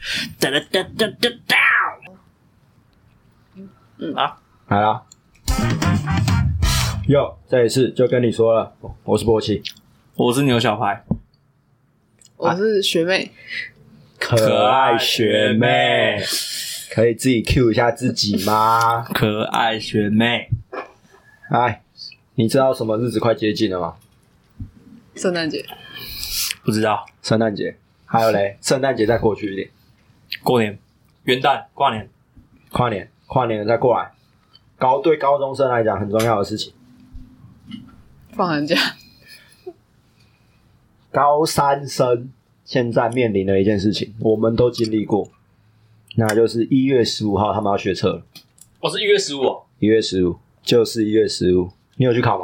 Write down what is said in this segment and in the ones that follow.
哒哒哒哒哒哒。 来啦。哟，这一次就跟你说了，我是波奇， 我是牛小排， 我是学妹， 可爱学妹，可以自己 cue 一下自己吗？ 可爱学妹。 哎，你知道什么日子快接近了吗？ 圣诞节。 不知道。 圣诞节，还有嘞，圣诞节再过去一点， 过年、元旦、跨年、 跨年再过来，对高中生来讲很重要的事情。 放寒假。 高三生现在面临的一件事情，我们都经历过，那就是1月15号他们要学测了。 我是1月15哦。 1月15就是1月15，你有去考吗？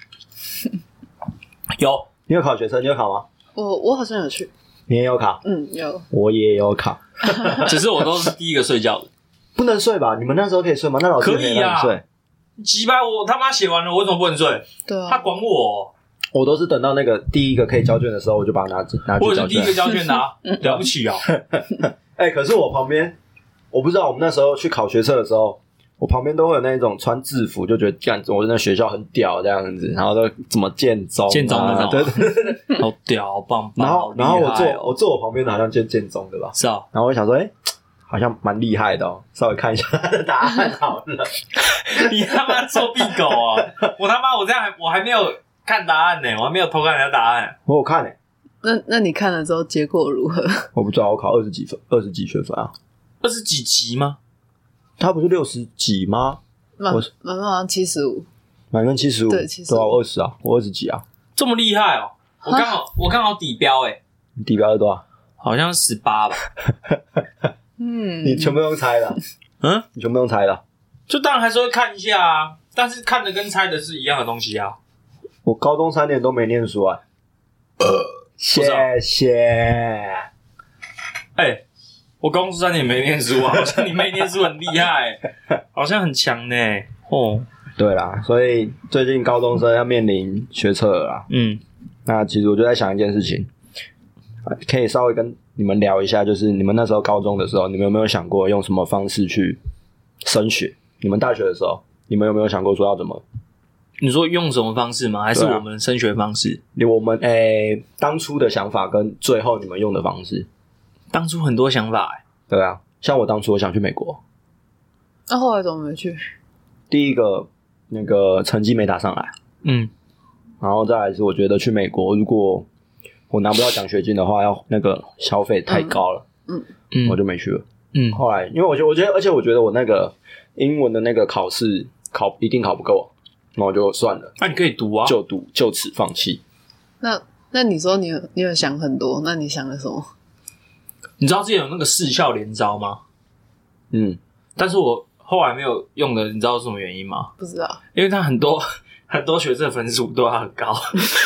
有。 你有考学测？你有考吗？ 我好像有去。 你也有考？ 有。 我也有考。 只是我都是第一个睡觉的。 不能睡吧？你们那时候可以睡吗？那老师可以啊。 睡。 鸡掰，我他妈写完了，我为什么不能睡？ 对啊。 他管我。 我都是等到那个第一个可以交卷的时候，我就把它拿去交卷。 我也是第一个交卷的啊，了不起啊！ 可是我旁边，我不知道我们那时候去考学测的时候，我旁边都会有那种穿制服，就觉得这样子，我那学校很屌这样子，然后都怎么建中那种， 对， 好屌，好棒棒。 然后我坐我旁边的好像建中的吧？ 是啊。 然后我想说，好像蛮厉害的哦，稍微看一下他的答案好了。 你他妈作弊狗啊！我他妈我这样我还没有看答案呢，我还没有偷看人家答案。 我有看那你看了之后结果如何？ 我不知道，我考20几学分啊 ？20几级吗？ 他不是60几吗？ 满分75， 满分75， 对，75， 对啊，我20啊，我20几啊， 这么厉害哦！我刚好底标你底标是多少？ 好像18吧。 你全部用猜的？你全部用猜的？ 就当然还是会看一下啊，但是看的跟猜的是一样的东西啊。 我高中3年都没念书啊。谢谢。 我高中3年没念书啊，好像你没念书很厉害，好像很强呢。 对啦，所以最近高中生要面临学测了啦。那其实我就在想一件事情，可以稍微跟你们聊一下，就是你们那时候高中的时候，你们有没有想过用什么方式去升学？你们大学的时候，你们有没有想过说要怎么？ 你说用什么方式吗？还是我们升学方式？ 我们当初的想法跟最后你们用的方式。 当初很多想法对啊，像我当初我想去美国， 那后来怎么没去？ 第一个那个成绩没打上来，然后再来是我觉得去美国如果我拿不到奖学金的话，要那个消费太高了，我就没去了。后来因为我觉得，而且我觉得我那个英文的那个考试一定考不够，那我就算了。 那你可以读啊， 就此放弃。 那你说你有想很多，那你想了什么？ 你知道之前有那个4校联招吗？但是我后来没有用的，你知道是什么原因吗？ 不知道， 因为它很多学测分数都要很高。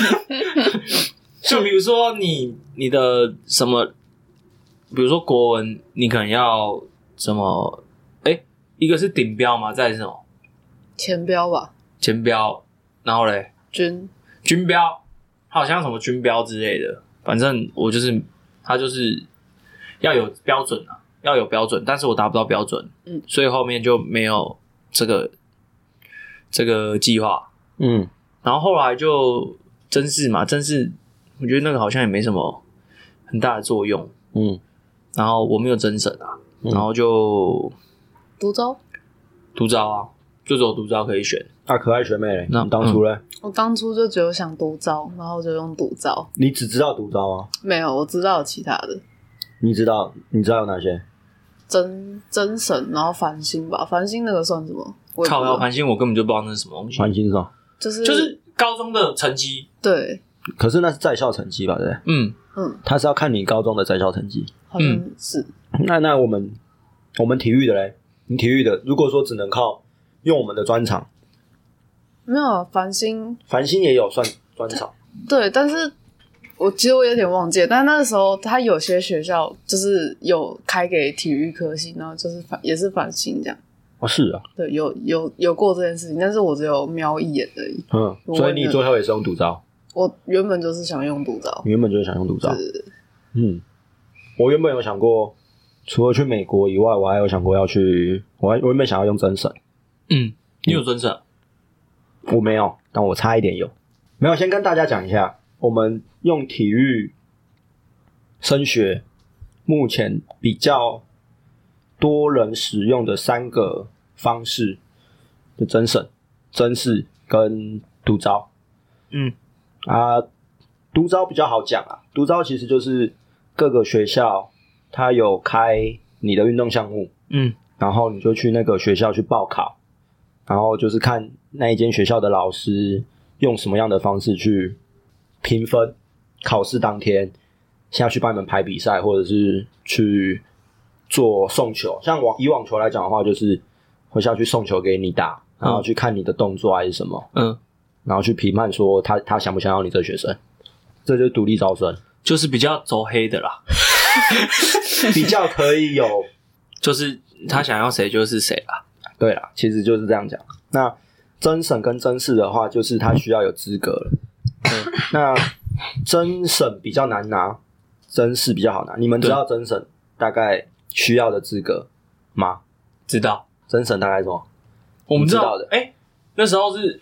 就比如说你的什么，比如说国文，你可能要什么？一个是顶标嘛，再来是什么？ 前标吧。 前标，然后嘞，军标，好像什么军标之类的。反正我就是它就是要有标准啊，要有标准，但是我达不到标准，所以后面就没有这个计划。然后后来就甄试嘛，甄试我觉得那个好像也没什么很大的作用。然后我没有甄审啊，然后就独招啊，就只有独招可以选。 可爱学妹嘞，你当初嘞？ 我当初就只有想独招，然后就用独招。 你只知道独招吗？ 没有，我知道有其他的。 你知道有哪些？ 甄审，然后繁星吧，繁星那个算什么？ 靠腰繁星我根本就不知道那是什么东西。 繁星是什么？ 就是高中的成绩。 对。 可是那是在校成绩吧，对不对？他是要看你高中的在校成绩。 好像是。 那我们体育的嘞？你体育的如果说只能靠用我们的专长， 没有繁星也有算专长。对， 但是其实我有点忘记了，但那个时候他有些学校就是有开给体育科系，然后就是也是繁星这样。 是啊。 对，有过这件事情，但是我只有瞄一眼而已。 所以你最后也是用独招？ 我原本就是想用独招。 你原本就是想用独招？我原本有想过除了去美国以外，我还有想过要去，我原本想要用增省。 你有增省？ 我没有，但我差一点有。没有，先跟大家讲一下，我们用体育升学目前比较多人使用的3个方式，就增省、增试跟独招。独招比较好讲啊。独招其实就是各个学校它有开你的运动项目，然后你就去那个学校去报考，然后就是看那一间学校的老师用什么样的方式去评分，考试当天下去帮你们排比赛，或者是去做送球。像以网球来讲的话，就是会下去送球给你打，然后去看你的动作还是什么，然后去评判说他想不想要你这个学生。这就是独立招生， 就是比较走黑的啦。 比较可以有， 就是他想要谁就是谁啦。 对啦，其实就是这样讲。那增省跟增试的话，就是他需要有资格了。那增省比较难拿，增试比较好拿。你们知道增省大概需要的资格吗？ 知道。 增省大概什么？ 我们知道的。 那时候是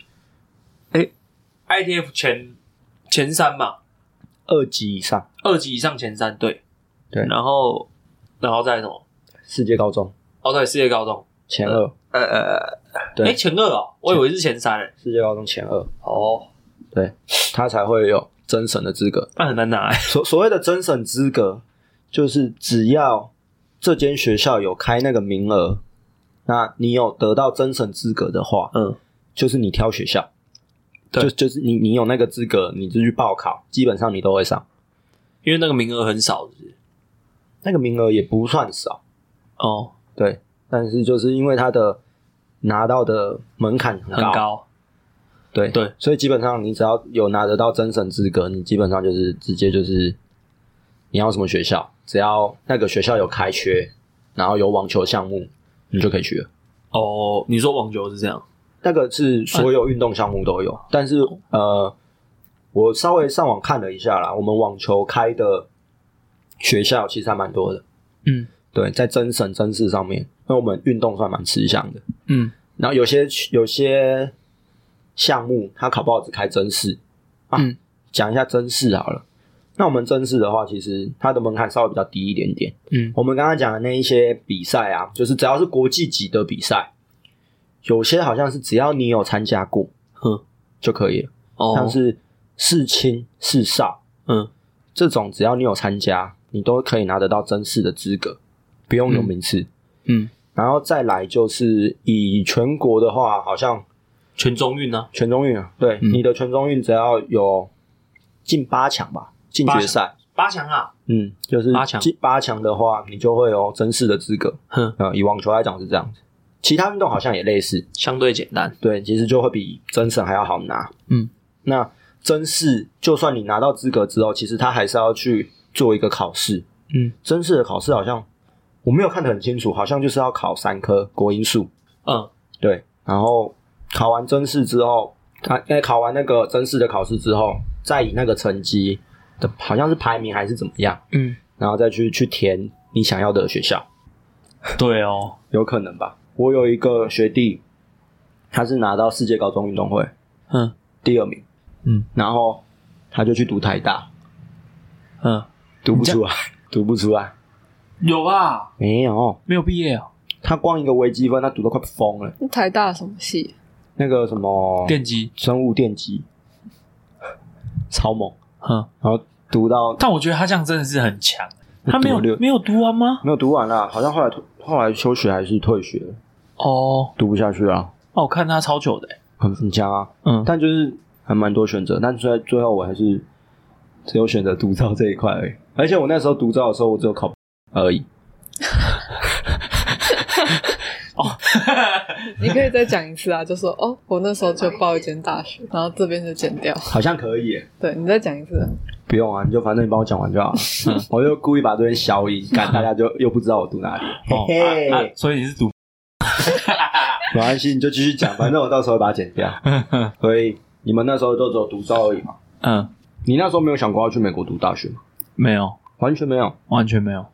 ITF 前3嘛 ，2级以上 ，2级以上前3，对。然后再什么？ 世界高中。 对，世界高中前2。 对，前2哦，我以为是前3。 世界高中前2。 哦， 对，他才会有增省的资格。 那很难拿。 所谓的增省资格，就是只要这间学校有开那个名额，那你有得到增省资格的话，就是你挑学校。就是你有那个资格，你就去报考，基本上你都会上。 因为那个名额很少，是不是？ 那个名额也不算少哦， 对，但是就是因为他的拿到的门槛很高，对，所以基本上你只要有拿得到增省资格，你基本上就是直接就是你要什么学校，只要那个学校有开缺，然后有网球项目，你就可以去了。 哦，你说网球是这样？ 那个是所有运动项目都有，但是我稍微上网看了一下啦，我们网球开的学校其实还蛮多的。对，在增省增试上面，因为我们运动算蛮吃香的。然后有些项目它考不好只开增试讲一下增试好了。那我们增试的话，其实它的门槛稍微比较低一点点。我们刚刚讲的那一些比赛啊，就是只要是国际级的比赛，有些好像是只要你有参加过就可以了。像是世青世少这种只要你有参加，你都可以拿得到增试的资格，不用有名次。然后再来就是以全国的话，好像全中运啊， 对，你的全中运只要有进8强吧，进决赛 8强啊， 就是进8强的话，你就会有增试的资格。以网球来讲是这样子，其他运动好像也类似， 相对简单。 对，其实就会比增省还要好拿。那增试就算你拿到资格之后，其实他还是要去做一个考试。增试的考试好像我没有看得很清楚，好像就是要考3科国英数。对，然后考完增试之后，考完那个增试的考试之后，再以那个成绩的好像是排名还是怎么样，然后再去填你想要的学校。 对哦， 有可能吧。我有一个学弟，他是拿到世界高中运动会第2名，然后他就去读台大，读不出来。 有吧？ 没有毕业哦。 他光一个微积分，他读得快疯了。 台大什么系？ 那个什么电机， 生物电机，超猛。然后读到， 但我觉得他这样真的是很强。他没有读完吗？ 没有读完啦，好像后来休学还是退学了。读不下去啊。 我看他超久的很强啊。但就是还蛮多选择，但最后我还是只有选择独招这一块而已。而且我那时候独招的时候，我只有考而已。 你可以再讲一次啊，就说我那时候就报一间大学，然后这边就剪掉。 好像可以耶。 对，你再讲一次。 不用啊，反正你帮我讲完就好了。我就故意把这边消音，大家就又不知道我读哪里。 所以你是读没关系，你就继续讲，反正我到时候会把它剪掉。所以你们那时候都只有独招而已嘛。你那时候没有想过要去美国读大学吗？ 没有， 完全没有。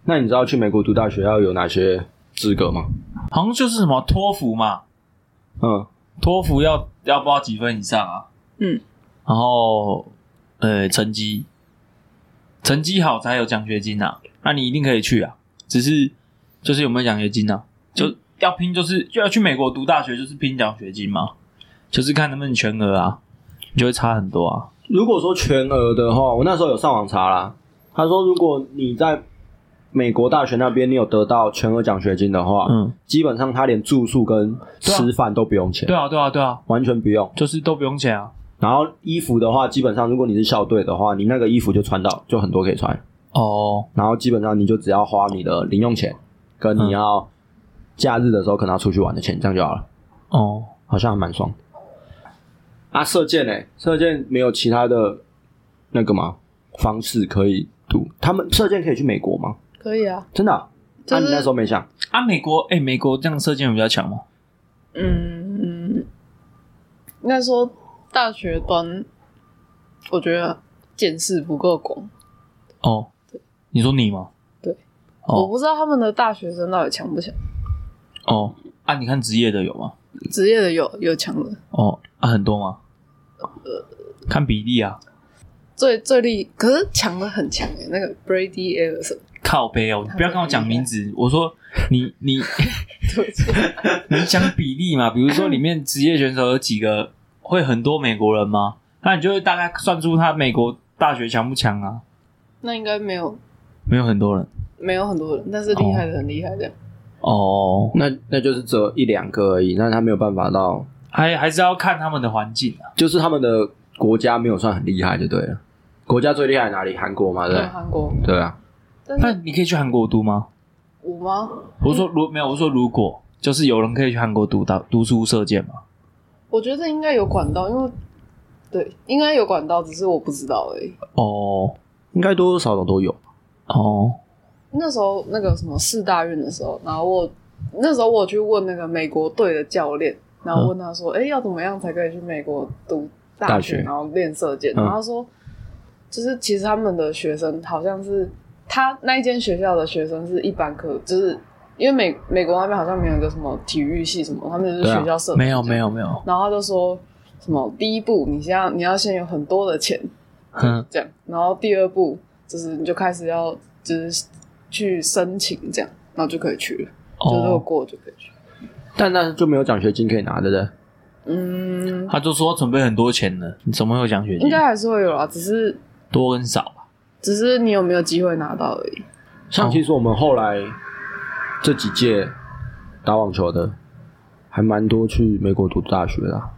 那你知道去美国读大学要有哪些资格吗？ 好像就是什么托福嘛，托福要不知道几分以上啊？然后成绩好才有奖学金啊，那你一定可以去啊，只是就是有没有奖学金啊？就要拼，就要去美国读大学，就是拼奖学金嘛，就是看能不能全额啊，你就会差很多啊。 如果说全额的话，我那时候有上网查啦，他说如果你在美国大学那边你有得到全额奖学金的话，基本上他连住宿跟吃饭都不用钱。 对啊， 完全不用， 就是都不用钱啊。 然后衣服的话，基本上如果你是校队的话，你那个衣服就穿到就很多可以穿然后基本上你就只要花你的零用钱，跟你要假日的时候可能要出去玩的钱，这样就好了。好像还蛮爽的。射箭射箭没有其他的那个吗？方式可以读？他们射箭可以去美国吗？ 可以啊， 真的啊？你那时候没想啊？美国这样射箭比较强吗？ 应该说大学端，我觉得见识不够广。 对，你说你吗？ 对，我不知道他们的大学生到底强不强。 你看职业的有吗？ 职业的有强的。 很多吗？看比例啊。 最可是强的很强那个 Brady Ellison。 靠背你不要跟我讲名字，我说你你讲比例嘛，比如说里面职业选手有几个会很多美国人吗？那你就会大概算出他美国大学强不强啊？ 那应该没有很多人， 没有很多人，但是厉害的很厉害这样。 那就是只有一两个而已，那他没有办法到， 还是要看他们的环境啊， 就是他们的国家没有算很厉害就对了。国家最厉害哪里？韩国嘛，对， 韩国， 对啊。 那你可以去韩国读吗？ 我吗？ 我说如果就是有人可以去韩国读书射箭吗？ 我觉得应该有管道，因为对，应该有管道，只是我不知道而已。 应该多多少少都有。 那时候那个什么世大运的时候，然后那时候我去问那个美国队的教练，然后问他说，要怎么样才可以去美国读大学，然后练射箭？然后他说，就是其实他们的学生好像是他那一间学校的学生是一般科，就是因为美国那边好像没有一个什么体育系什么，他们就是学校社团。 没有。 然后他就说什么第一步你要先有很多的钱，这样，然后第二步就是你就开始要就是去申请这样，然后就可以去了，就如果过就可以去。 但那就没有奖学金可以拿，对不对？ 他就说准备很多钱了，你怎么会有奖学金？ 应该还是会有啦，只是多跟少吧， 只是你有没有机会拿到而已。 像其实我们后来这几届打网球的，还蛮多去美国读大学的啊。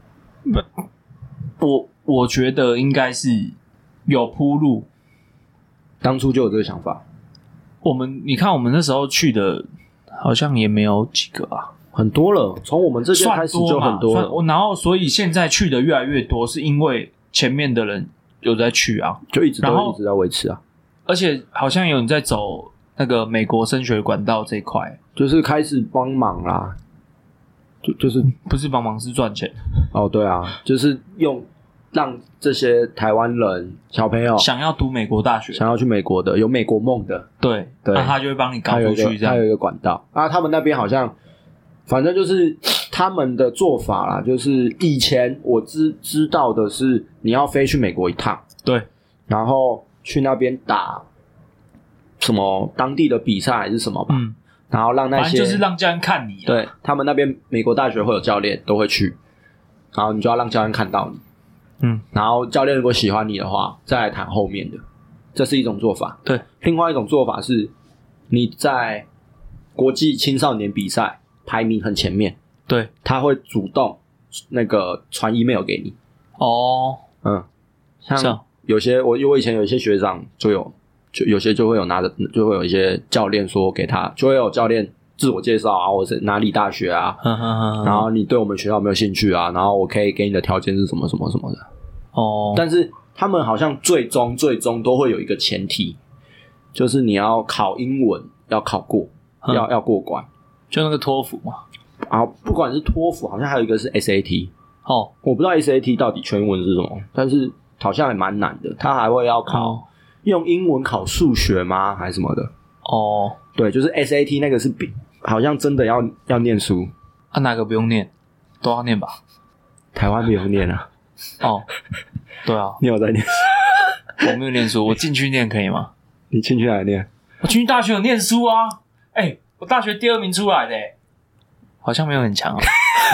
我觉得应该是有铺路， 当初就有这个想法。 你看我们那时候去的，好像也没有几个啊， 很多了。从我们这届开始就很多了， 然后所以现在去的越来越多，是因为前面的人有在去啊， 就一直在维持啊。 而且好像有人在走那个美国升学管道这一块， 就是开始帮忙啦。就是不是帮忙，是赚钱。 对啊，就是让这些台湾人小朋友想要读美国大学， 想要去美国的，有美国梦的， 对，那他就会帮你搞出去，这样。 他有一个管道啊，他们那边好像，反正就是他们的做法啦，就是以前我知道的是，你要飞去美国一趟， 对， 然后去那边打什么当地的比赛还是什么吧，然后让那些反正就是让教练看你， 对，他们那边美国大学会有教练都会去，然后你就要让教练看到你。然后教练如果喜欢你的话，再来谈后面的，这是一种做法。 对， 另外一种做法是你在国际青少年比赛排名很前面， 对， 他会主动那个传 email 给你。像有些我以前有一些学长就有些就会有拿着，就会有一些教练说给他，就会有教练自我介绍啊，或者是哪里大学啊，然后你对我们学校有没有兴趣啊？然后我可以给你的条件是什么什么什么的。但是他们好像最终都会有一个前提，就是你要考英文要考过，要过关， 就那个托福嘛。 啊，不管是托福，好像还有一个是 SAT。我不知道 SAT 到底全文是什么，但是好像也蛮难的。他还会要考用英文考数学吗？还是什么的？ 哦，对，就是 SAT 那个是好像真的要念书啊，哪个不用念？都要念吧？ 台湾不用念啊。 哦，对啊， 你有在念书？ 我没有念书，我进去念可以吗？ 你进去哪里念？ 我进去大学有念书啊！我大学第2名出来的好像没有很强哦。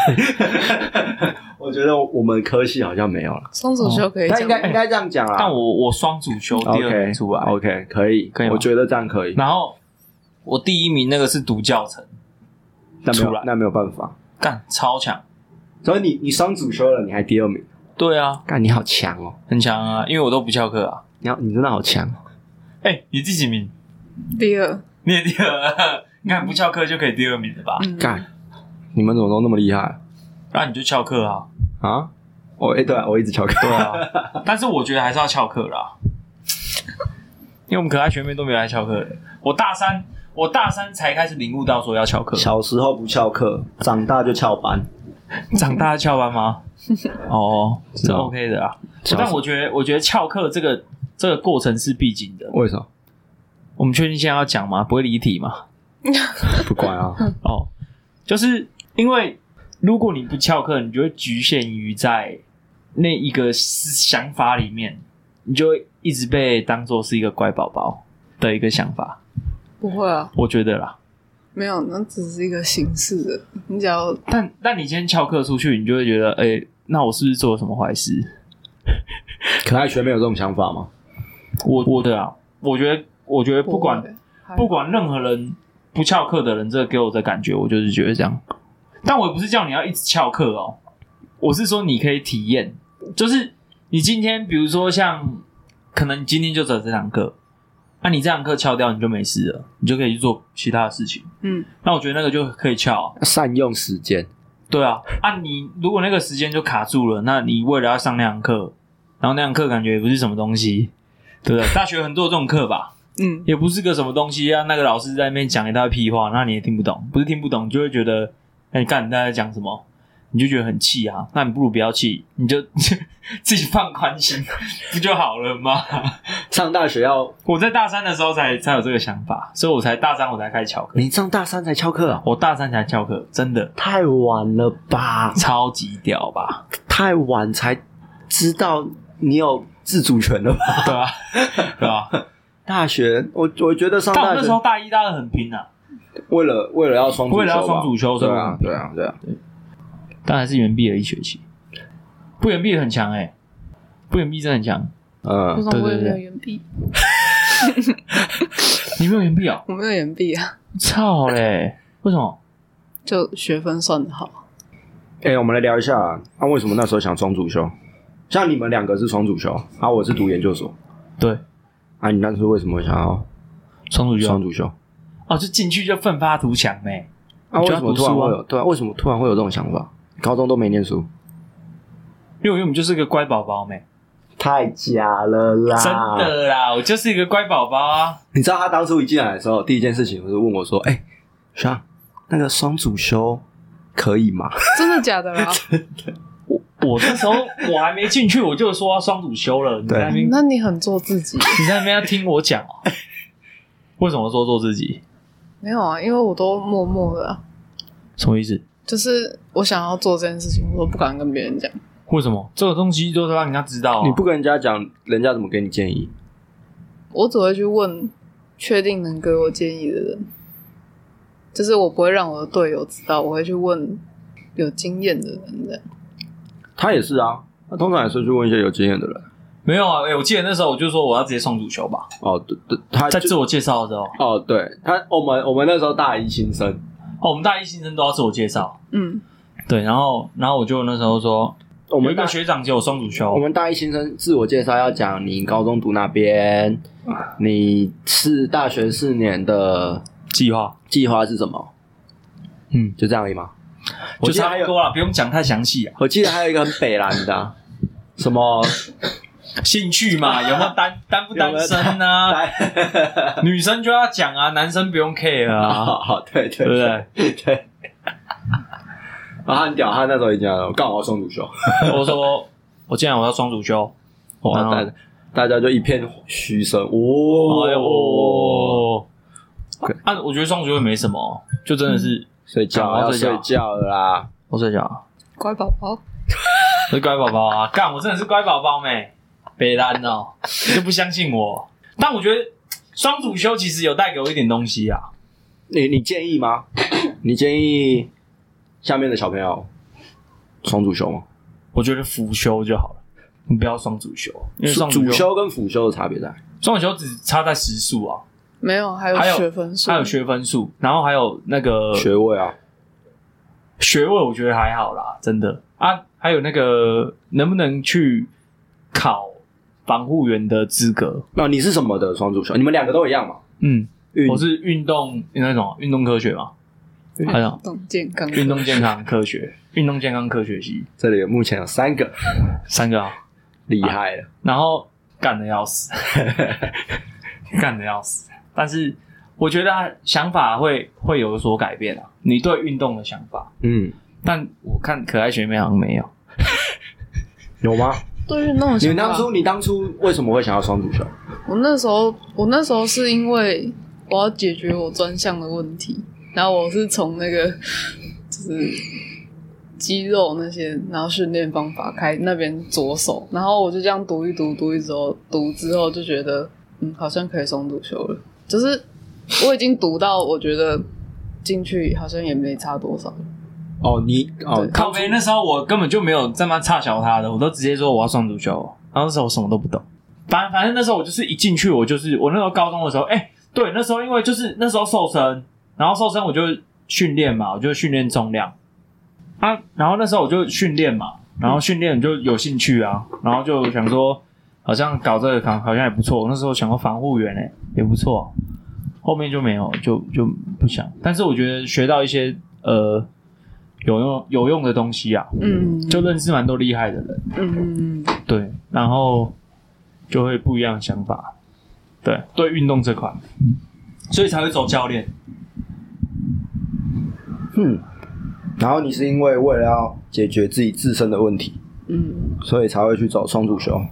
我觉得我们科系好像没有了。 双主修可以讲， 应该这样讲啦。 但我双主修第2名出来 ，OK， 可以，我觉得这样可以。 然后我第1名那个是读教程出来， 那没有办法， 干超强。 所以你双主修了，你还第2名？ 对啊， 干你好强哦， 很强啊，因为我都不翘课啊。 你真的好强哦。 你第几名？ 第2。 你也第2，你看不翘课就可以第2名了吧？ 干，你们怎么都那么厉害？ 那你就翘课啊！ 啊？对啊，我一直翘课。 对啊，但是我觉得还是要翘课啦，因为我们可爱学妹都没有来翘课的。我大三才开始领悟到说要翘课。 小时候不翘课，长大就翘班。 长大翘班吗？哦，是 OK 的啊。但我觉得翘课这个过程是必经的。 为什么？ 我们确定现在要讲吗？不会离题吗？ 不管啊。 哦，就是因为如果你不翘课，你就会局限于在那一个想法里面，你就会一直被当作是一个乖宝宝的一个想法。 不会啊， 我觉得啦， 没有，那只是一个形式的。你只要但你今天翘课出去，你就会觉得，那我是不是做了什么坏事？ 可爱学妹有这种想法吗？ 我觉得不管任何人不翘课的人，这个给我的感觉，我就是觉得这样。但我也不是叫你要一直翘课哦，我是说你可以体验，就是你今天比如说像可能你今天就只有这堂课，那你这堂课翘掉你就没事了，你就可以去做其他的事情。那我觉得那个就可以翘， 善用时间。 对啊，你如果那个时间就卡住了，那你为了要上那堂课，然后那堂课感觉也不是什么东西，对不对？大学很多这种课吧。也不是个什么东西啊。那个老师在那边讲一大堆屁话，那你也听不懂，不是听不懂，就会觉得，干你在讲什么？你就觉得很气啊。那你不如不要气，你就自己放宽心，不就好了吗？ 上大学我在大3的时候才有这个想法，所以我才大3我才开始翘课。 你上大3才翘课啊？ 我大3才翘课，真的太晚了吧？ 超级屌吧？ 太晚才知道你有自主权了吧？ 对啊，对啊。 大学，我觉得上大学， 但我那时候大1、大2很拼啊， 为了要双主修， 对啊， 但还是延毕了1学期，不延毕很强不延毕真的很强。 为什么我也没有延毕？ 你没有延毕啊？ 我没有延毕啊！ 操嘞！为什么？ 就学分算得好。 我们来聊一下为什么那时候想双主修？像你们2个是双主修，我是读研究所。 对。 你那时候为什么想要双主修？ 就进去就奋发图强为什么突然会有？对啊，为什么突然会有这种想法？高中都没念书， 因为我们就是个乖宝宝太假了啦！ 真的啦，我就是一个乖宝宝啊！ 你知道他当初一进来的时候，第一件事情就是问我说：“学长，那个双主修可以吗？” 真的假的啦？ 真的。 我那时候我还没进去，我就说要双主修了。你在那边， 那你很做自己。 你在那边要听我讲为什么说做自己？ 没有啊，因为我都默默的。 什么意思？ 就是我想要做这件事情，我都不敢跟别人讲。 为什么？这个东西都是让人家知道你不跟人家讲，人家怎么给你建议？ 我只会去问确定能给我建议的人，就是我不会让我的队友知道，我会去问有经验的人这样。 他也是啊，他通常也是去问一些有经验的人。 没有啊，我记得那时候我就说我要直接双主修吧。 对，他在自我介绍的时候。 对，我们那时候大一新生。 我们大一新生都要自我介绍。对，然后我就那时候说，我们一个学长就有双主修。 我们大一新生自我介绍要讲你高中读哪边，你是大学4年的计划是什么？就这样而已吗？ 就差不多了，不用讲太详细啊。 我记得还有一个很北蓝的什么兴趣嘛，有没有单不单身啊？女生就要讲啊，男生不用 care 啊。 好，对不对？对。然后他很屌，他那时候已经讲刚好要双主修。 我说我既然我要双主修， 大家就一片嘘声。 啊，我觉得双主修没什么，就真的是睡觉要睡觉了啦， 我睡觉， 乖宝宝， 是乖宝宝啊！干，我真的是乖宝宝没，北兰哦，你就不相信我？但我觉得双主修其实有带给我一点东西啊。 你建议吗？你建议下面的小朋友双主修吗？ 我觉得辅修就好了，你不要双主修，因为双主修跟辅修的差别在双主修只差在时数啊， 没有，还有学分数， 还有学分数，然后还有那个学位啊， 学位我觉得还好啦，真的啊，还有那个能不能去考防护员的资格？ 你是什么的双主修？你们两个都一样嘛？ 我是运动那种运动科学嘛，还有运动健康科学，运动健康科学系。 这里目前有3个啊， 厉害了。 然后干得要死，干得要死。但是我觉得想法会有所改变啊，你对运动的想法。但我看可爱学妹好像没有， 有吗？ 对运动的想法。 你当初为什么会想要双主修？ 我那时候是因为我要解决我专项的问题，然后我是从那个就是肌肉那些，然后训练方法开那边着手，然后我就这样读之后就觉得好像可以双主修了，就是我已经读到我觉得进去好像也没差多少了。 靠北那时候我根本就没有这么差小他的，我都直接说我要双主修，然后那时候我什么都不懂，反正那时候我就是一进去我那时候高中的时候，对，那时候因为就是那时候瘦身，然后瘦身我就训练嘛，我就训练重量啊，然后那时候我就训练嘛，然后训练就有兴趣啊，然后就想说好像搞这个好像也不错，我那时候想过防护员也不错，后面就没有就不想，但是我觉得学到一些有用的东西啊，就认识蛮多厉害的人，对，然后就会不一样的想法，对运动这块，所以才会走教练。 然后你是因为为了要解决自己自身的问题，所以才会去走双主修。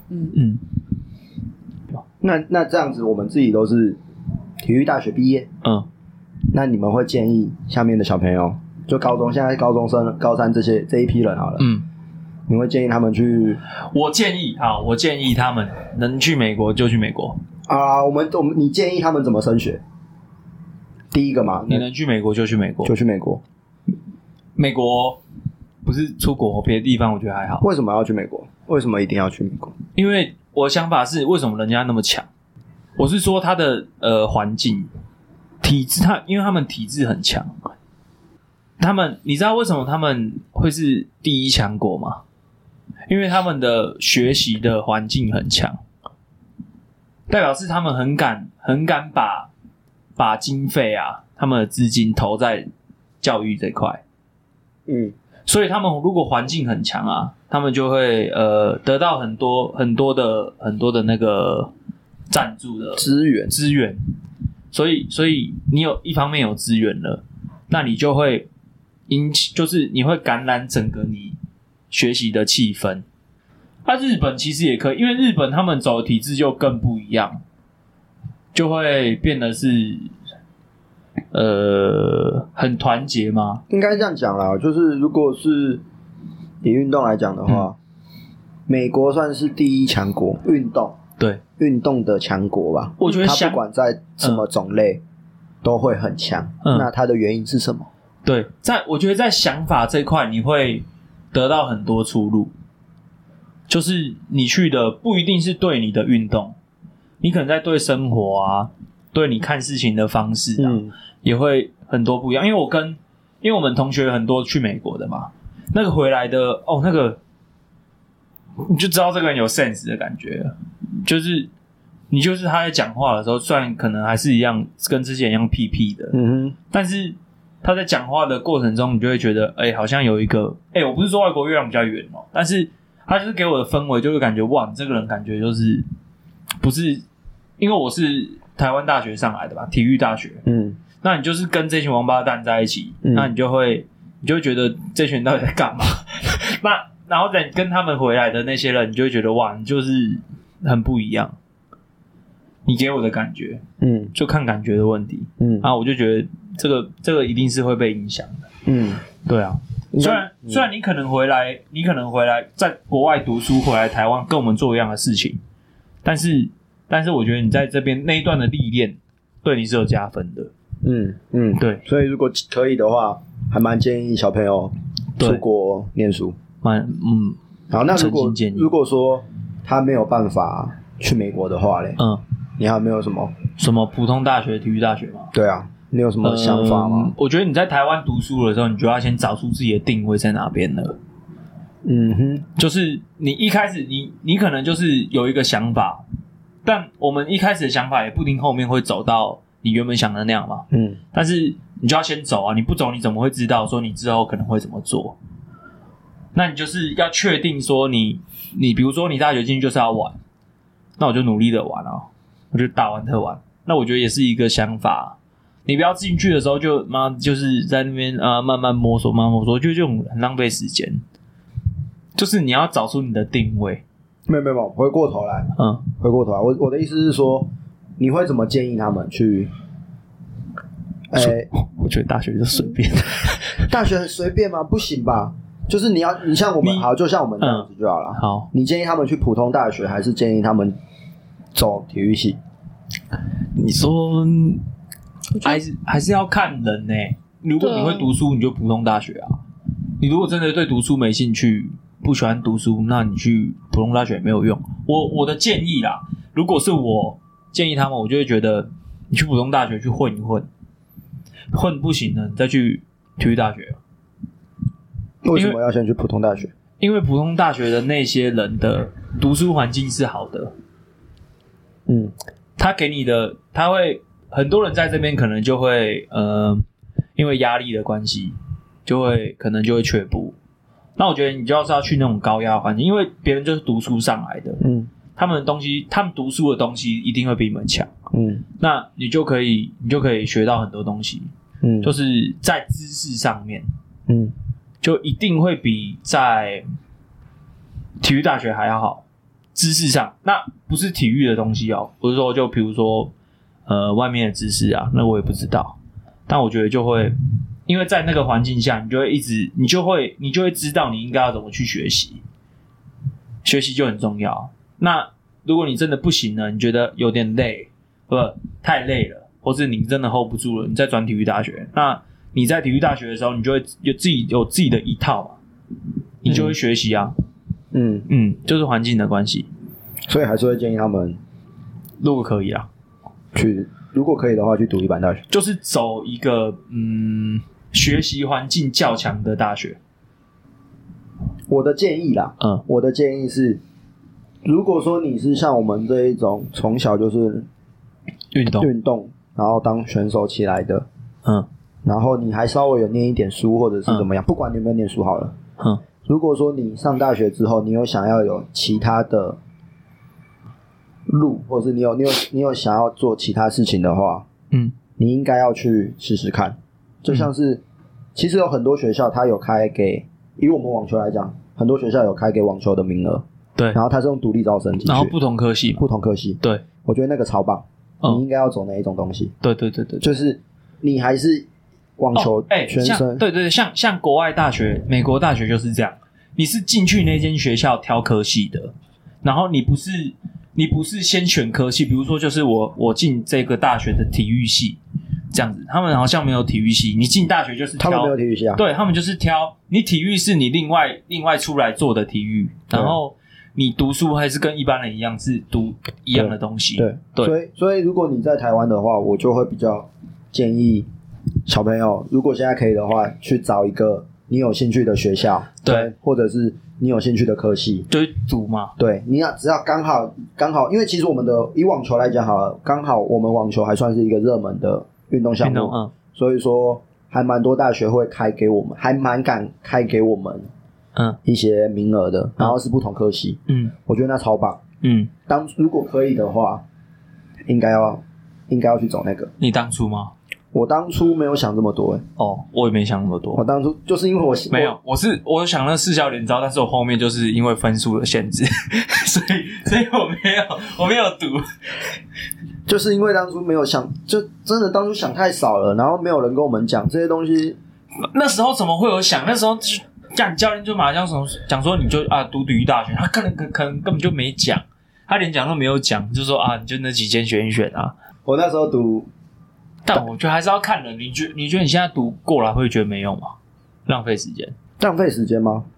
那这样子，我们自己都是体育大学毕业，那你们会建议下面的小朋友？就现在高中生、高三这一批人好了，你会建议他们去？ 我建议他们能去美国就去美国啊。你建议他们怎么升学？第一个嘛， 你能去美国就去美国， 就去美国。 美国不是出国，别的地方我觉得还好。 为什么要去美国？为什么一定要去美国？ 因为我的想法是，为什么人家那么强？我是说他的环境、体制，因为他们体制很强。你知道为什么他们会是第一强国吗？因为他们的学习的环境很强，代表是他们很敢把经费啊，他们的资金投在教育这块。所以他们如果环境很强啊，他们就会得到很多的那个赞助的资源。所以你有一方面有资源了，那你就会就是你会感染整个你学习的气氛。日本其实也可以，因为日本他们走的体制就更不一样，就会变得是很团结吗？ 应该这样讲啦，就是如果是以运动来讲的话，美国算是第一强国，运动的强国吧。 我觉得它不管在什么种类都会很强。那它的原因是什么？ 对，我觉得在想法这块你会得到很多出路，就是你去的不一定是对你的运动，你可能在对生活啊，对你看事情的方式啊，也会很多不一样。因为我们同学很多去美国的嘛，那个回来的那个你就知道这个人有 sense 的感觉了，就是他在讲话的时候，虽然可能还是一样跟之前一样屁屁的，但是他在讲话的过程中，你就会觉得好像有一个我不是说外国月亮比较圆但是他就是给我的氛围就会感觉哇，你这个人感觉就是不是，因为我是台湾大学上来的吧，体育大学，那你就是跟这群王八蛋在一起，那你就会觉得这群人到底在干嘛？那然后等跟他们回来的那些人，你就会觉得哇，你就是很不一样。 你给我的感觉，就看感觉的问题，我就觉得这个一定是会被影响的，对啊。虽然你可能回来在国外读书，回来台湾跟我们做一样的事情，但是我觉得你在这边那一段的历练，对你是有加分的。 对。所以如果可以的话，还蛮建议小朋友出国念书。好，那如果说他没有办法去美国的话嘞，你还有没有什么普通大学、体育大学吗？ 对啊。你有什么想法吗？ 我觉得你在台湾读书的时候，你就要先找出自己的定位在哪边了。就是你一开始你可能就是有一个想法，但我们一开始的想法也不一定后面会走到你原本想的那样嘛。但是你就要先走啊，你不走你怎么会知道说你之后可能会怎么做？那你就是要确定说你比如说你大学进去就是要玩，那我就努力的玩啊，我就大玩特玩。那我觉得也是一个想法。你不要进去的时候就是在那边慢慢摸索，就这种很浪费时间。就是你要找出你的定位。 没有，回过头来，我的意思是说，你会怎么建议他们去？ 我觉得大学就随便。 大学随便吗？不行吧？就是你像我们好，就像我们这样子就好了。 好， 你建议他们去普通大学，还是建议他们走体育系？ 你说。还是要看人欸。如果你会读书，你就普通大学啊。你如果真的对读书没兴趣，不喜欢读书，那你去普通大学也没有用。我的建议啦，如果是我建议他们，我就会觉得你去普通大学去混一混，混不行了，你再去体育大学。 为什么要先去普通大学？ 因为普通大学的那些人的读书环境是好的。他给你的，他会。很多人在这边可能就会因为压力的关系，可能就会却步。那我觉得你就要去那种高压环境，因为别人就是读书上来的，他们读书的东西一定会比你们强，那你就可以学到很多东西，就是在知识上面，就一定会比在体育大学还要好。知识上，那不是体育的东西哦，不是说就比如说。外面的知识啊，那我也不知道，但我觉得就会，因为在那个环境下，你就会知道你应该要怎么去学习，学习就很重要。那如果你真的不行了，你觉得有点累，太累了，或是你真的 hold 不住了，你再转体育大学。那你在体育大学的时候，你就会有自己的一套嘛，你就会学习啊，就是环境的关系， 所以还是会建议他们， 如果可以啊。 如果可以的话，去读一般大学， 就是走一个学习环境较强的大学。 我的建议啦，我的建议是，如果说你是像我们这一种从小就是运动，然后当选手起来的，然后你还稍微有念一点书或者是怎么样，不管你有没有念书好了，如果说你上大学之后，你有想要有其他的路，或者是你有想要做其他事情的话，你应该要去试试看。就像是，其实有很多学校它有开给，以我们网球来讲，很多学校有开给网球的名额， 对， 然后它是用独立招生进去， 然后不同科系， 对，我觉得那个超棒，你应该要走那一种东西， 对， 就是你还是网球全身， 对，像国外大学，美国大学就是这样，你是进去那间学校挑科系的，然后你不是先选科系，比如说就是我进这个大学的体育系这样子，他们好像没有体育系，你进大学就是挑， 他们没有体育系啊， 对，他们就是挑你体育是你另外出来做的体育，然后你读书还是跟一般人一样是读一样的东西， 对，所以如果你在台湾的话，我就会比较建议小朋友，如果现在可以的话，去找一个你有兴趣的学校，对，或者是你有兴趣的科系， 就是读嘛。 对，只要刚好，因为其实我们以网球来讲好了，刚好我们网球还算是一个热门的运动项目，所以说还蛮多大学会开给我们，还蛮敢开给我们一些名额的，然后是不同科系，我觉得那超棒，如果可以的话，应该要去走那个。 你当初吗？ 我当初没有想这么多我也没想那么多。 我当初就是因为没有，我想了4校联招，但是我后面就是因为分数的限制，所以我没有读。 就是因为当初没有想，就真的当初想太少了，然后没有人跟我们讲这些东西。 那时候怎么会有想？那时候教练就马上讲说你就读体育大学，他可能根本就没讲，他连讲都没有讲，就说你就那几间选一选啊。 我那时候读。 但我觉得还是要看人，你觉得你现在读过来会觉得没用吗？浪费时间？ 浪费时间吗？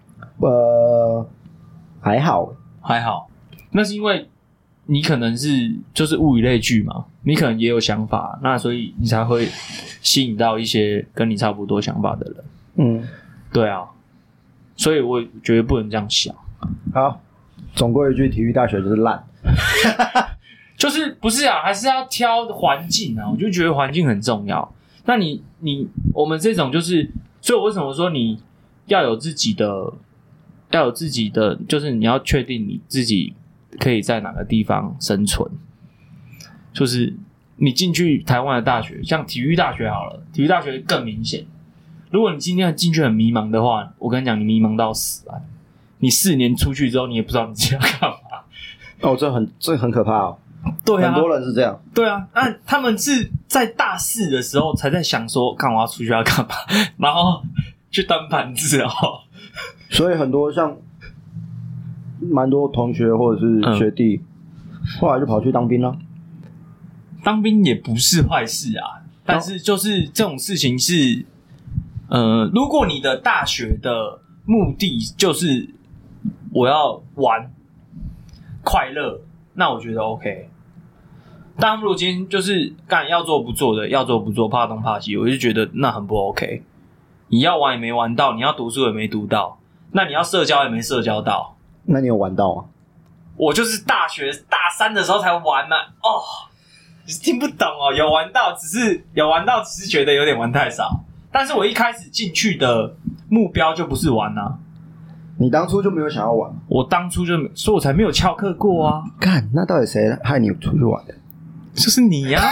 还好。 那是因为你可能就是物以类聚嘛，你可能也有想法，那所以你才会吸引到一些跟你差不多想法的人。对啊，所以我觉得不能这样想。 好，总归一句，体育大学就是烂。 就是不是啊，还是要挑环境啊，我就觉得环境很重要。那我们这种就是，所以我为什么说你要有自己的，就是你要确定你自己可以在哪个地方生存。就是你进去台湾的大学，像体育大学好了，体育大学更明显。如果你今天进去很迷茫的话，我跟你讲，你迷茫到死啊！你4年出去之后，你也不知道你自己要干嘛。 这很可怕哦。 对啊， 很多人是这样。 对啊，那他们是在大4的时候才在想说，看我要出去要干嘛，然后去端盘子哦。 所以很多像蛮多同学或者是学弟，后来就跑去当兵了。 当兵也不是坏事啊，但是就是这种事情是，如果你的大学的目的就是我要玩快乐，那我觉得 OK。但如果今天就是干要做不做的，要做不做，怕东怕西，我就觉得那很不 OK。你要玩也没玩到，你要读书也没读到，那你要社交也没社交到。 那你有玩到吗？ 我就是大学大3的时候才玩嘛。你听不懂哦，有玩到，只是觉得有点玩太少。但是我一开始进去的目标就不是玩啊。 你当初就没有想要玩？ 我当初就所以我才没有翘课过啊。 干，那到底谁害你出去玩的？ 就是你呀、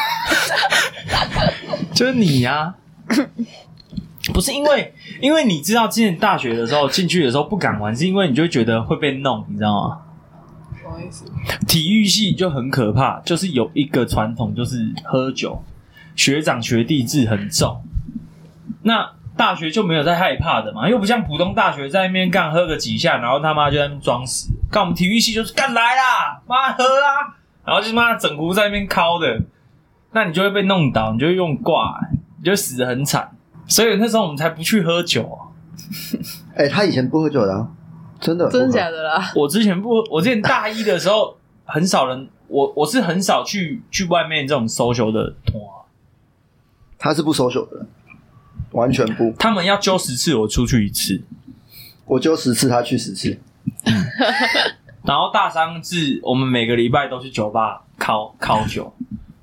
就是你呀、不是因为你知道之前大学的时候进去的时候不敢玩，是因为你就会觉得会被弄，你知道吗？ 什么意思？ 体育系就很可怕，就是有一个传统就是喝酒，学长学弟制很重。那大学就没有在害怕的嘛，又不像普通大学在那边干喝个几下，然后他妈就在那边装死。干我们体育系就是干来啦，妈喝啊！然后就是妈整壶在那边敲的，那你就会被弄倒，你就会用挂，你就死得很惨。所以那时候我们才不去喝酒啊。 他以前不喝酒的、啊，真的假的啦？ 我之前大1的时候很少人，我是很少去外面这种 social 的团。 他是不 social 的人，完全不。 他们要揪10次，我出去1次。 我揪10次，他去10次。 然后大3是我们每个礼拜都去酒吧敲酒，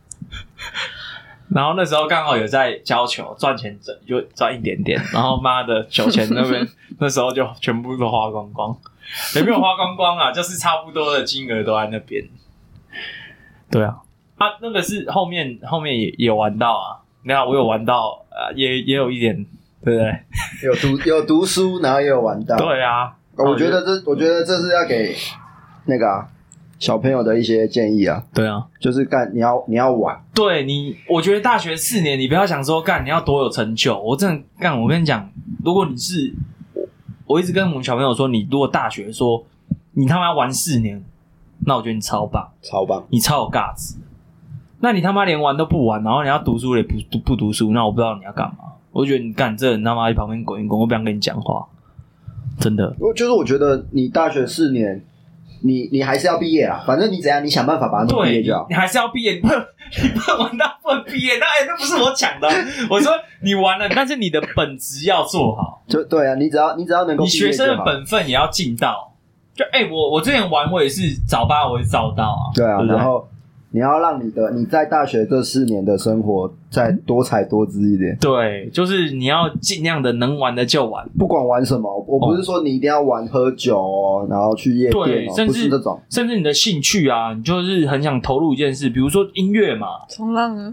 然后那时候刚好有在教球，赚钱就赚一点点，然后妈的球钱那边那时候就全部都花光光，也没有花光光啊，就是差不多的金额都在那边。对啊，那个是后面也有玩到啊，你看我有玩到也有一点，对不对？ 有读书，然后也有玩到。 对啊， 我觉得这是要给那个小朋友的一些建议啊。 对啊， 就是干你要玩。对我觉得大学4年，你不要想说干你要多有成就。我真的干，我跟你讲，如果你是我一直跟我们小朋友说，你如果大学说你他妈要玩4年，那我觉得你超棒，你超有 guts。那你他妈连玩都不玩，然后你要读书也不读书，那我不知道你要干嘛。我觉得你干这人他妈在旁边滚一滚，我不想跟你讲话，真的。 就是我觉得你大学4年，你还是要毕业啦。反正你怎样，你想办法把它弄毕业就好。 你还是要毕业，你不能玩到不能毕业。那不是我讲的，我说你玩了，但是你的本职要做好。 就对啊，你只要能够毕业就好。 你学生的本分也要尽到。就我之前玩，我也是早8我会早到啊。 对啊， 对不对？ 然后你要让你在大学这4年的生活再多彩多姿一点。 对，就是你要尽量的能玩的就玩， 不管玩什么。我不是说你一定要玩喝酒哦，然后去夜店哦，不是这种。 甚至你的兴趣啊，你就是很想投入一件事，比如说音乐嘛。 冲浪啊。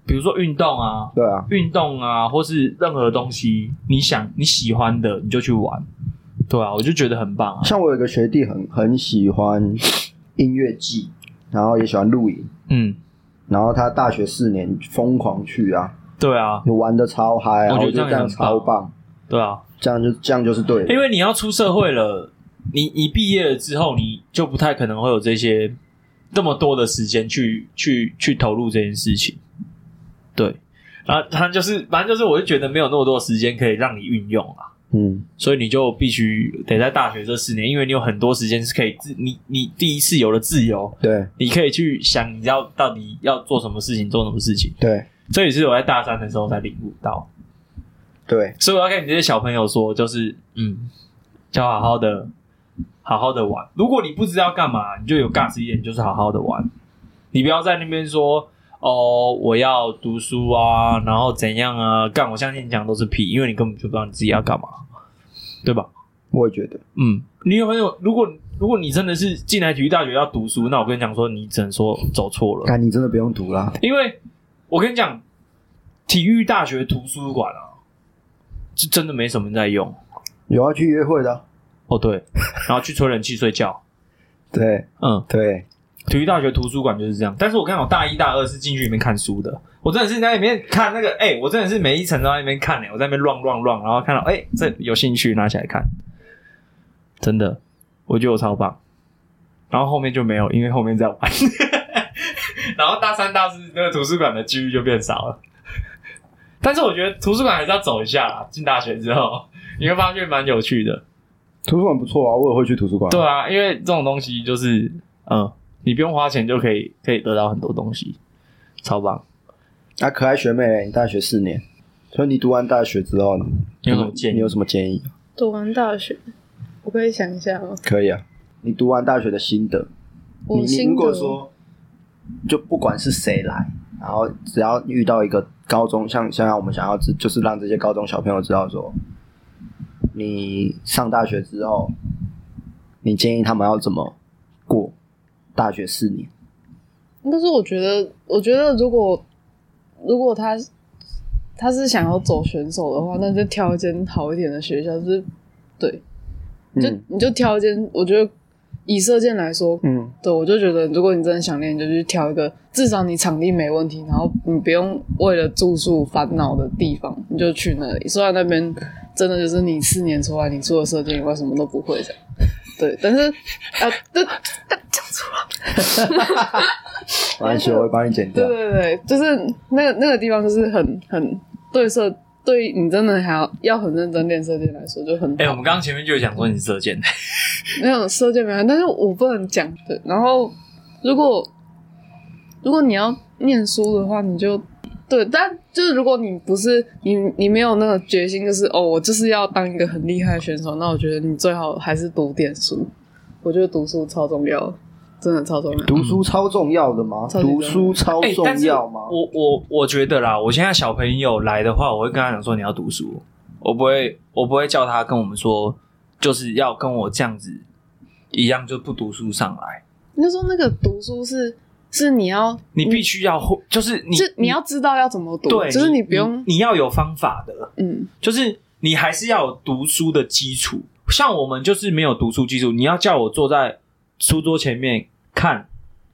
比如说运动啊， 对啊， 运动啊，或是任何东西，你喜欢的你就去玩，对啊，我就觉得很棒啊。 像我有个学弟很喜欢音乐季，然后也喜欢露营，然后他大学4年疯狂去啊， 对啊， 玩的超嗨啊， 我觉得这样超棒， 对啊， 这样就是对的， 因为你要出社会了，你毕业了之后，你就不太可能会有这些这么多的时间去投入这件事情，对，然后反正就是，我就觉得没有那么多时间可以让你运用啊，所以你就必须得在大学这4年，因为你有很多时间是可以你第一次有了自由， 对， 你可以去想你要到底要做什么事情，做什么事情， 对， 这也是我在大3的时候才领悟到， 对， 所以我要跟你这些小朋友说，就是就好好的玩。如果你不知道干嘛，你就有 guts 一点，就是好好的玩。你不要在那边说我要读书啊，然后怎样啊，干！我相信你讲都是屁，因为你根本就不知道你自己要干嘛，对吧？ 我也觉得， 你有没有？如果你真的是进来体育大学要读书，那我跟你讲说，你只能说走错了。 干，你真的不用读啦， 因为我跟你讲，体育大学图书馆啊，是真的没什么人在用。 有要去约会的对，然后去吹冷气睡觉。 对，对， 体育大学图书馆就是这样。但是我跟你讲，我大1、大2是进去里面看书的。我真的是在里面看那个，我真的是每一层都在那边看我在那边乱，然后看到这有兴趣拿起来看，真的，我觉得我超棒。然后后面就没有，因为后面在玩。然后大3、大4那个图书馆的机遇就变少了。但是我觉得图书馆还是要走一下啦，进大学之后你会发现蛮有趣的。 图书馆不错啊，我也会去图书馆。 对啊，因为这种东西就是你不用花钱就可以得到很多东西，超棒。 可爱学妹，你大学4年，所以你读完大学之后，你有什么建议？ 读完大学，我可以想一下吗？ 可以啊，你读完大学的心得。你如果说，就不管是谁来，然后只要遇到一个高中，像我们想要就是让这些高中小朋友知道说，你上大学之后，你建议他们要怎么过大学4年？ 但是我觉得如果他是想要走选手的话，那就挑一间好一点的学校，就是对，你就挑一间，我觉得以射箭来说，对，我就觉得如果你真的想练，你就去挑一个至少你场地没问题，然后你不用为了住宿烦恼的地方，你就去那里。虽然那边真的就是你4年出来，你除了射箭以外什么都不会这样，对，但是讲错了， 没关系，我会帮你剪掉。 对，就是那个地方就是很对你真的还要很认真练射箭来说就很好。 我们刚刚前面就有讲说你射箭， 没有射箭没有，但是我不能讲对。然后如果你要念书的话，你就对，但就是如果你不是你没有那个决心，就是我就是要当一个很厉害的选手，那我觉得你最好还是读点书。我觉得读书超重要，真的超重要。 读书超重要的吗？读书超重要吗？ 我觉得啦，我现在小朋友来的话，我会跟他讲说你要读书，我不会叫他跟我们说就是要跟我这样子一样就不读书上来。 你就说那个读书是你必须要就是你要知道要怎么读， 对， 就是你不用你要有方法的，就是你还是要有读书的基础。像我们就是没有读书基础，你要叫我坐在书桌前面看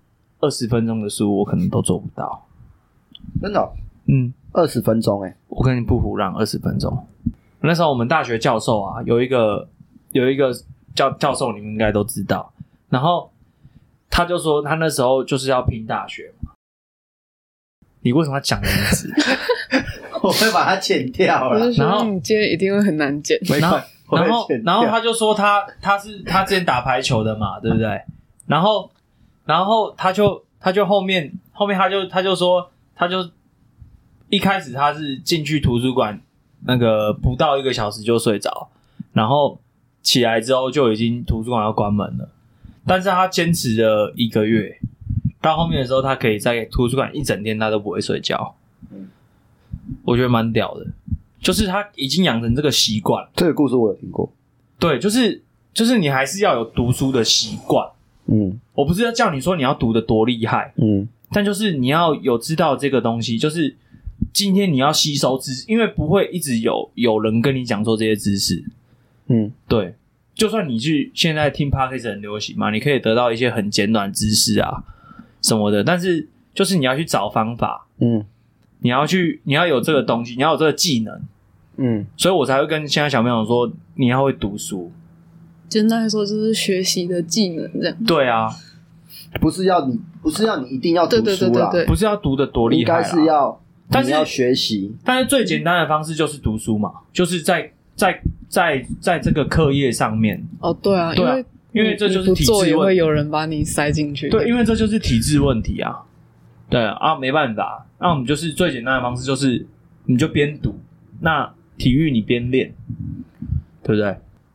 20分钟的书，我可能都做不到。 真的？20分钟我跟你不胡乱20分钟。那时候我们大学教授啊，有一个教授，你们应该都知道。然后他就说他那时候就是要拼大学嘛。你为什么要讲名字？ 我会把它剪掉了。 然后你今天一定会很难剪。 然后他就说他之前打排球的嘛，对不对？然后他就后面他就说他就一开始他是进去图书馆那个不到1个小时就睡着，然后起来之后就已经图书馆要关门了，但是他坚持了1个月，到后面的时候他可以在图书馆一整天他都不会睡觉，我觉得蛮屌的。就是他已经养成这个习惯。 这个故事我有听过。 对，就是你还是要有读书的习惯。我不是要叫你说你要读得多厉害。 但就是你要有知道这个东西，就是今天你要吸收知识，因为不会一直有人跟你讲说这些知识。对，就算你去现在听 Podcast 很流行嘛，你可以得到一些很简短知识啊什么的，但是就是你要去找方法，你要有这个东西，你要有这个技能，所以我才会跟现在小朋友说，你要会读书。 简单来说，就是学习的技能这样。 对啊， 不是要你一定要读书啦， 对， 不是要读的多厉害啦， 应该是要， 但是你要学习。 但是最简单的方式就是读书嘛，就是在这个课业上面。 对啊， 因为这就是体制问题， 也会有人把你塞进去。 对，因为这就是体制问题啊。对啊，没办法，那我们就是最简单的方式，就是你就边读，那体育你边练，对不对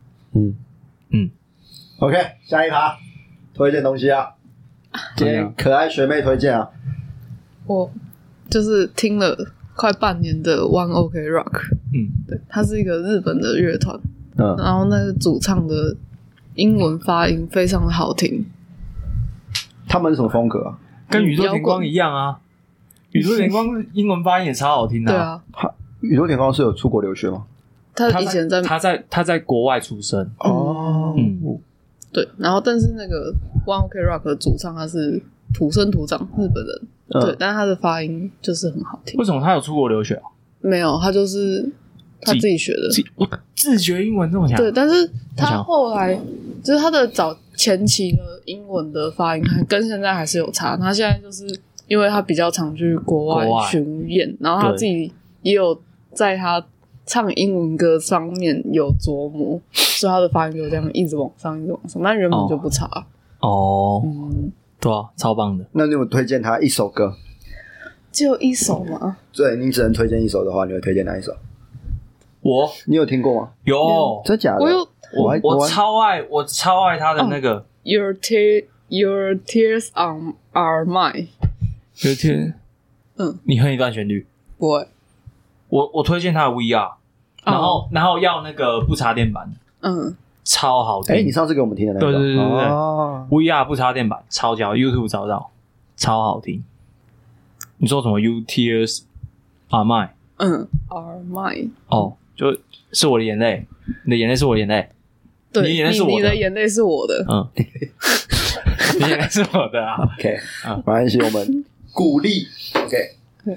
？OK， 下一趴推荐东西啊，今天可爱学妹推荐啊。 我就是听了快半年的 One OK Rock， 对，它是一个日本的乐团，然后那个主唱的英文发音非常的好听。 他们是什么风格啊？ 跟宇宙田光一样啊，宇宙田光英文发音也超好听的。 对啊， 宇宙田光是有出国留学吗？ 他以前他在国外出生对，然后但是那个 One OK Rock 的主唱他是土生土长日本人，对，但是他的发音就是很好听。 为什么他有出国留学？ 没有，他就是他自己学的， 自学英文这么强。 对，但是他后来就是他的前期的英文的发音跟现在还是有差。他现在就是因为他比较常去国外巡演，然后他自己也有在他唱英文歌上面有琢磨，所以他的发音就这样一直往上，但原本就不差。 对啊，超棒的。 那你有推荐他一首歌？ 只有一首吗？ 对，你只能推荐一首的话，你会推荐哪一首？你有听过吗？ 有， 真假的？ 我超爱他的那个 Your tears are mine。 有天，你哼一段旋律。 不会。 我推荐他的 VR， 然后要那个不插电版，超好听。 你上次给我们听的那个， 对VR 不插电版，超屌 ，YouTube 找到，超好听。你说什么 ？You tears are mine， are mine。 就是我的眼泪，你的眼泪是我的眼泪， 对， 你的眼泪是我的， 你的眼泪是我的， 你的眼泪是我的啊。 OK， 没关系，我们鼓励。OK，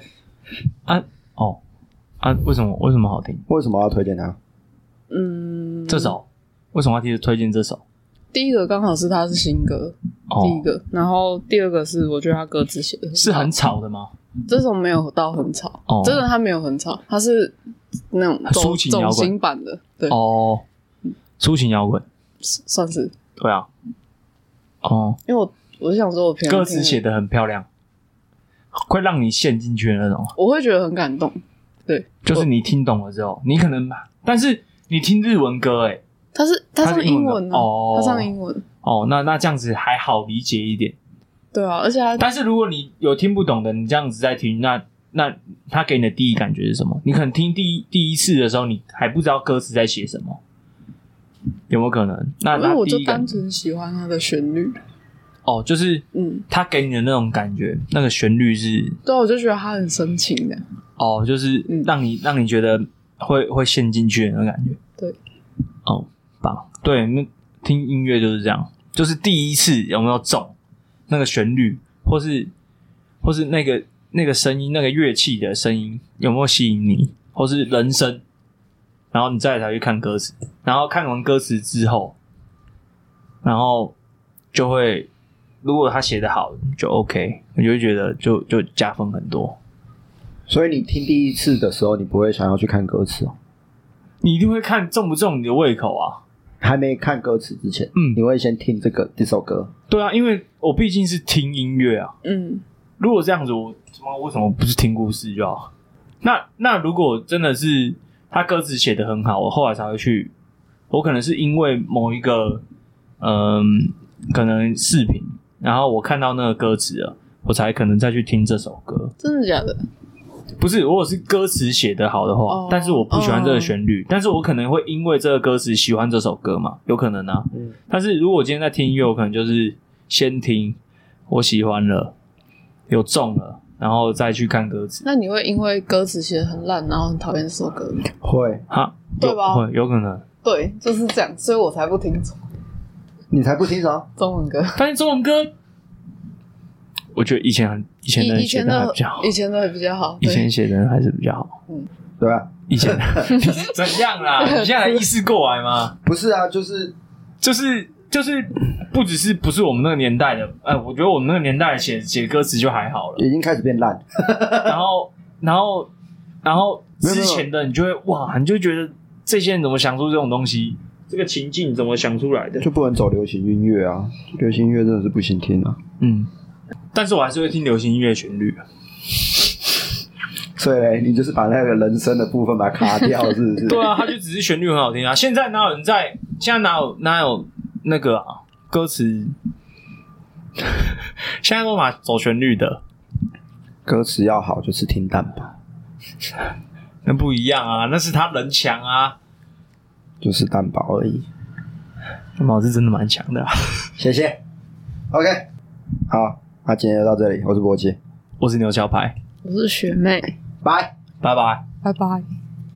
为什么好听？ 为什么要推荐他？ 这首为什么要推荐这首？ 第一个刚好是他是新歌，第一个，然后第二个是我觉得他歌词写的是很吵的吗？ 这首没有到很吵，真的他没有很吵，他是那种抒情摇滚走心版的，对抒情摇滚算是对啊， 因为我就想说我平常歌词写的很漂亮，会让你陷进去的那种， 我会觉得很感动。对， 就是你听懂了之后，你可能，但是你听日文歌， 他唱英文他唱英文那这样子还好理解一点。 对啊，而且但是如果你有听不懂的，你这样子在听，那他给你的第一感觉是什么？你可能听第一次的时候，你还不知道歌词在写什么，有没有可能？ 因为我就单纯喜欢他的旋律。 就是他给你的那种感觉，那个旋律是， 对，我就觉得他很深情的。 就是让你觉得会陷进去的那种感觉。对，棒。对，那听音乐就是这样，就是第一次有没有中那个旋律，或是那个声音，那个乐器的声音有没有吸引你，或是人声，然后你再来才去看歌词，然后看完歌词之后，然后就会，如果他写得好就 OK， 你就会觉得就加分很多。 所以你听第一次的时候，你不会想要去看歌词你一定会看中不中你的胃口啊。 还没看歌词之前，你会先听这首歌。 对啊，因为我毕竟是听音乐啊。如果这样子，我为什么不是听故事就好？那如果真的是他歌词写得很好，我后来才会去。我可能是因为某一个可能视频，然后我看到那个歌词了，我才可能再去听这首歌。 真的假的？ 不是，如果是歌词写得好的话，但是我不喜欢这个旋律，但是我可能会因为这个歌词喜欢这首歌嘛，有可能啊。但是如果我今天在听音乐，我可能就是先听我喜欢了， 有中了，然后再去看歌词。 那你会因为歌词写得很烂，然后很讨厌这首歌吗？ 会哈， 对吧？ 会有可能。 对，就是这样，所以我才不听你才不听什么中文歌？ 但是中文歌，我觉得以前的人写的还比较好， 以前的比较好， 以前写的人还是比较好。 对啊， 以前你是怎样啦？你现在才意识过来吗？ 不是啊，就是不只是不是我们那个年代的，我觉得我们那个年代写歌词就还好了， 已经开始变烂。 然后之前的你就会哇，你就觉得这些人怎么想出这种东西？这个情境怎么想出来的？ 就不能走流行音乐啊！流行音乐真的是不行听啊。 但是我还是会听流行音乐旋律。 所以你就是把那个人声的部分把它卡掉，是不是？ 对啊，它就只是旋律很好听啊。现在哪有那个歌词？现在都嘛走旋律的， 歌词要好就是听蛋堡， 那不一样啊，那是他人强啊， 就是蛋堡而已。 蛋堡是真的蛮强的啊。 谢谢。OK， 好，那今天就到这里。我是博杰， 我是牛小排， 我是学妹。 拜拜拜拜拜。